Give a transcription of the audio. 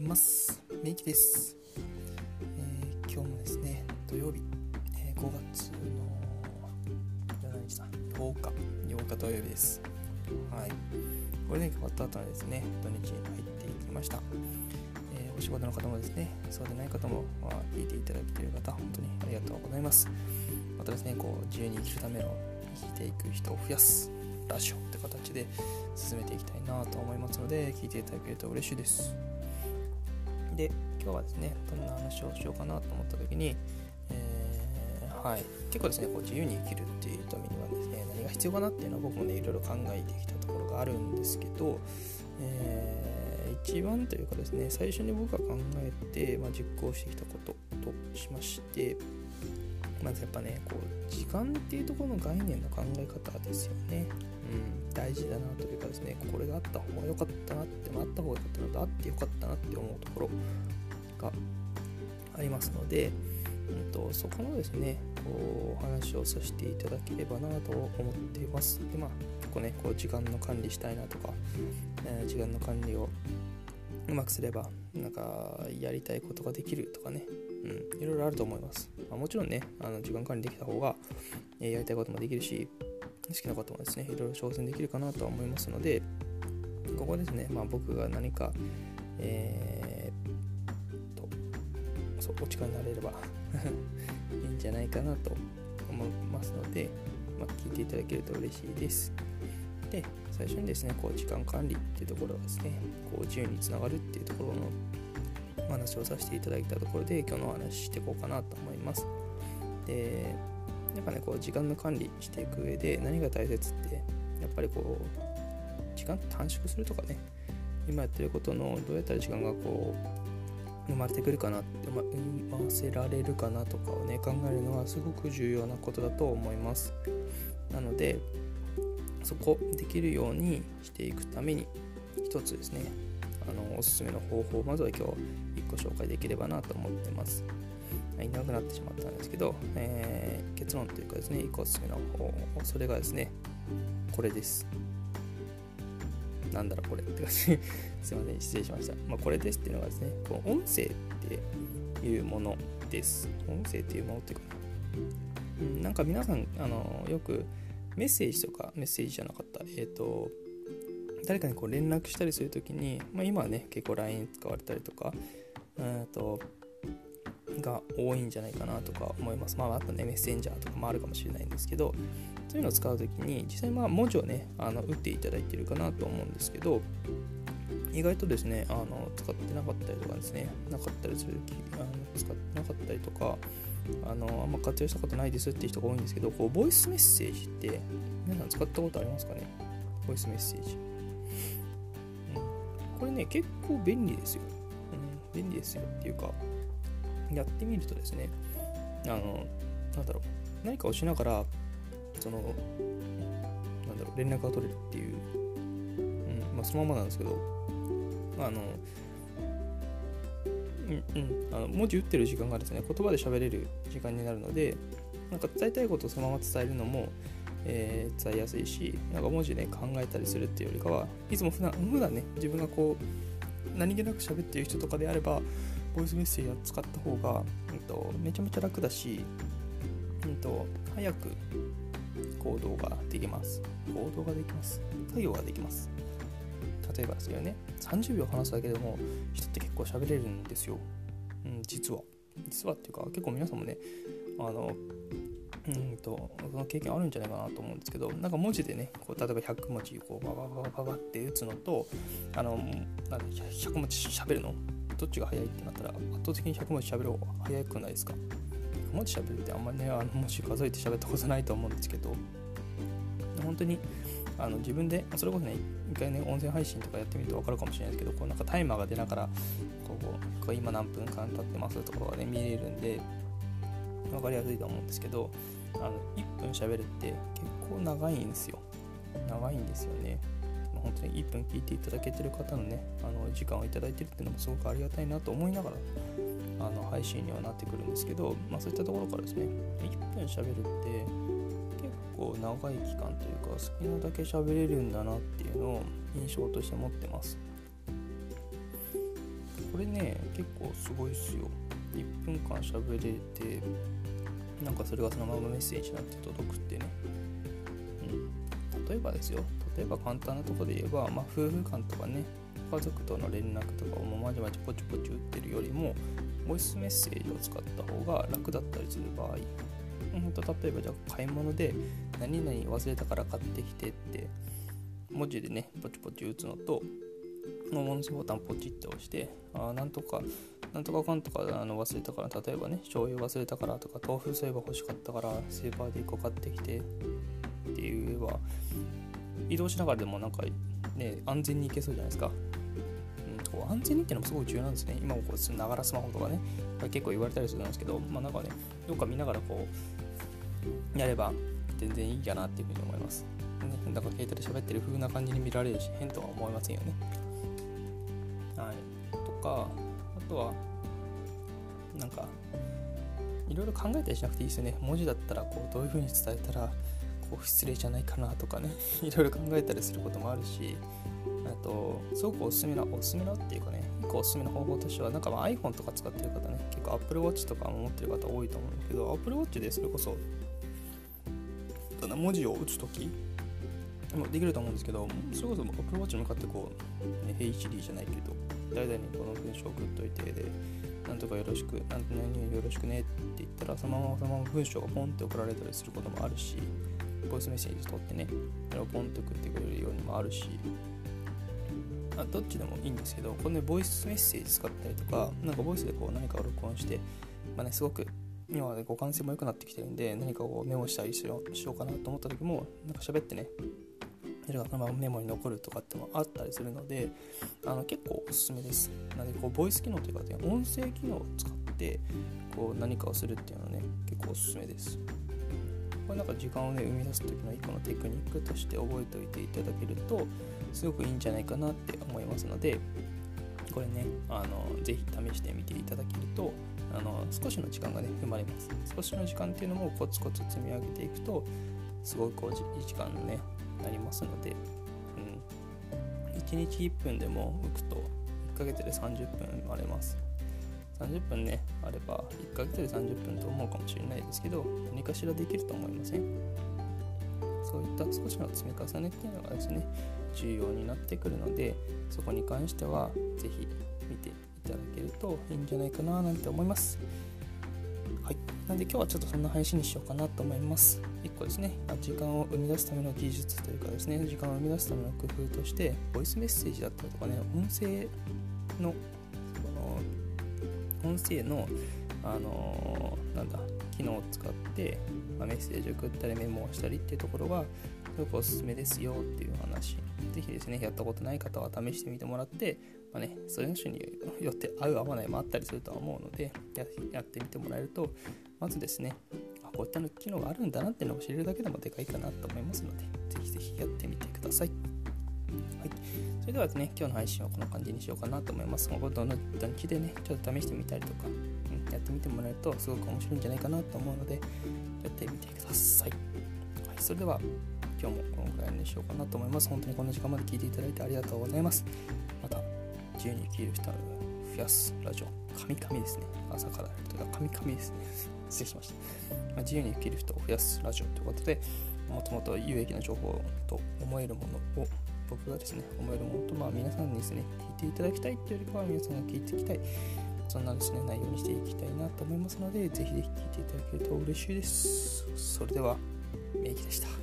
ます。めいきです。今日もですね、土曜日、5月の何日だ8日土曜日です。はい。これね、終わった後はですね、土日に入っていきました。お仕事の方もですね、そうでない方も聞いていただけている方、本当にありがとうございます。またですね、自由に生きるための生きていく人を増やすラジオって形で進めていきたいなと思いますので、聞いていただけると嬉しいです。で、今日はですね、どんな話をしようかなと思った時に、結構ですね、自由に生きるっていうためにはですね、何が必要かなっていうのは僕もね、いろいろ考えてきたところがあるんですけど、一番というかですね、最初に僕が考えて、実行してきたこととしまして、まずやっぱね、時間っていうところの概念の考え方ですよね。大事だなというかですね、これがあった方が良かったなって、あった方が良かったのとあって良かったなって思うところがありますので、そこのですね、お話をさせていただければなと思っています。で、結構ね、時間の管理したいなとか、時間の管理をうまくすればやりたいことができるとかね、いろいろあると思います。もちろんね、時間管理できた方が、やりたいこともできるし、好きなこともですね、いろいろ挑戦できるかなとは思いますので、ここですね、僕が何か、お力になれればいいんじゃないかなと思いますので、聞いていただけると嬉しいです。で、最初にですね、時間管理っていうところはですね、自由につながるっていうところの話をさせていただいたところで、今日のお話ししていこうかなと思います。で、やっぱね、時間の管理していく上で何が大切って、やっぱり時間短縮するとかね、今やってることのどうやったら時間が生まれてくるかなって、生ませられるかなとかをね、考えるのはすごく重要なことだと思います。なので、そこできるようにしていくために一つですね、おすすめの方法をまずは今日1個紹介できればなと思ってます。長くなってしまったんですけど、結論というかですね、1個おすすめの方法、それがですね、これです。なんだろうこれって感じすいません、失礼しました。これですっていうのがですね、音声っていうものです。音声っていうものっていうかな、皆さんよくメッセージとか、メッセージじゃなかった、誰かに連絡したりするときに、今はね、結構 LINE 使われたりとかが多いんじゃないかなとか思います。あとね、メッセンジャーとかもあるかもしれないんですけど、そういうのを使うときに実際文字をね打っていただいているかなと思うんですけど、意外とですね使ってなかったりとかですね、なかったりする使ってなかったりとかあんま活用したことないですっていう人が多いんですけど、ボイスメッセージって皆さん使ったことありますかね？ボイスメッセージ、これね結構便利ですよ、便利ですよっていうか、やってみるとですね、何かをしながら連絡が取れるっていう、そのままなんですけど、文字打ってる時間がですね、言葉で喋れる時間になるので、伝えたいことをそのまま伝えるのも、伝えやすいし、文字で考えたりするっていうよりかは、いつも普段ね、自分が何気なく喋っている人とかであれば、ボイスメッセージを使った方が、めちゃめちゃ楽だし、早く行動ができます。作業ができます。例えばですけどね、30秒話すだけでも人って結構喋れるんですよ。実はっていうか、結構皆さんもねその経験あるんじゃないかなと思うんですけど、文字でね例えば100文字ババって打つのと100文字喋るのどっちが早いってなったら、圧倒的に100文字喋る方が早くないですか？100文字喋るってあんまりね文字数えて喋ったことないと思うんですけど、本当に自分でそれこそね一回ね音声配信とかやってみると分かるかもしれないですけど、タイマーが出ながら今何分間経ってますところがね見れるんで分かりやすいと思うんですけど、1分喋るって結構長いんですよね。本当に1分聞いていただけてる方のね時間をいただいてるっていうのもすごくありがたいなと思いながら配信にはなってくるんですけど、そういったところからですね、1分喋るって結構長い期間というか好きなだけ喋れるんだなっていうのを印象として持ってます。ここれね結構すごいですよ。1分間喋れて、なんかそれがそのままメッセージになって届くってね、例えばですよ、簡単なところで言えば、夫婦間とかね、家族との連絡とかをもうまじまじポチポチ打ってるよりもボイスメッセージを使った方が楽だったりする場合、例えばじゃあ買い物で何々忘れたから買ってきてって文字でねポチポチ打つのと、音声ボタンポチって押して、なんとかかんとか忘れたから、例えばね醤油忘れたからとか、豆腐そういえば欲しかったからスーパーで1個買ってきてって言えば、移動しながらでもなんかね安全に行けそうじゃないですか。安全にっていうのもすごい重要なんですね。今もこうながらスマホとかね結構言われたりするんですけど、なんかねどっか見ながらこうやれば全然いいかなっていうふうに思います、ね、だから携帯で喋ってる風な感じに見られるし変とは思いませんよね。はい、とかあとはなんかいろいろ考えたりしなくていいですよね。文字だったらこうどういう風に伝えたらこう失礼じゃないかなとかねいろいろ考えたりすることもあるし、あとすごくおすすめなっていうかね、一個おすすめの方法としては、なんかiPhone とか使ってる方ね、結構 Apple Watch とかも持ってる方多いと思うんだけど、Apple Watch でそれこそ文字を打つときもできると思うんですけど、それこそ Apple Watch に向かってこう、HD じゃないけど誰々にこの文章を送っといて、でなんとかよろしく、何よろしくねって言ったらそのまま文章がポンって送られたりすることもあるし、ボイスメッセージ取ってねそれをポンって送ってくれるようにもあるし、どっちでもいいんですけど、このねボイスメッセージ使ったりとか、なんかボイスでこう何かを録音して、すごく今はね互換性も良くなってきてるんで、何かをメモしたりしようかなと思った時もなんか喋ってね、それがそのままメモに残るとかってもあったりするので、結構おすすめです。なのでこうボイス機能というか、音声機能を使ってこう何かをするっていうのはね結構おすすめです。これなんか時間をね生み出す時の一個のテクニックとして覚えておいていただけるとすごくいいんじゃないかなって思いますので、これねぜひ試してみていただけると少しの時間がね生まれます。少しの時間っていうのもコツコツ積み上げていくとすごくこういい時間に、ね、なりますので、1日1分でも浮くと1ヶ月で30分生まれます。30分ねあれば1ヶ月で30分と思うかもしれないですけど、何かしらできると思いません？そういった少しの積み重ねっていうのがですね重要になってくるので、そこに関してはぜひ見ていただけるといいんじゃないかななんて思います。はい、なんで今日はちょっとそんな配信にしようかなと思います。1個ですね、時間を生み出すための技術というかですね、時間を生み出すための工夫としてボイスメッセージだったりとかね、音声の機能を使って、メッセージを送ったりメモをしたりっていうところがすごくおすすめですよっていう話。ぜひですね、やったことない方は試してみてもらって、それの人によって合う合わないもあったりするとは思うので、やってみてもらえると、まずですね、こういった機能があるんだなっていうのを知れるだけでもでかいかなと思いますので、ぜひぜひやってみてください。はい、それではですね、今日の配信はこんな感じにしようかなと思います。どの土日でね、ちょっと試してみたりとか、やってみてもらえるとすごく面白いんじゃないかなと思うので、やってみてください。はい、それでは今日もこのくらいにしようかなと思います。本当にこの時間まで聞いていただいてありがとうございます。また自由に生きる人を増やすラジオ、神々ですね。朝からやると神々ですね。失礼しました。自由に生きる人を増やすラジオということで、もともと有益な情報と思えるものを僕がですね思えるものと、皆さんにですね聞いていただきたいというよりかは皆さんが聞いていきたい、そんなですね内容にしていきたいなと思いますので、ぜひぜひ聞いていただけると嬉しいです。それでは、めいきでした。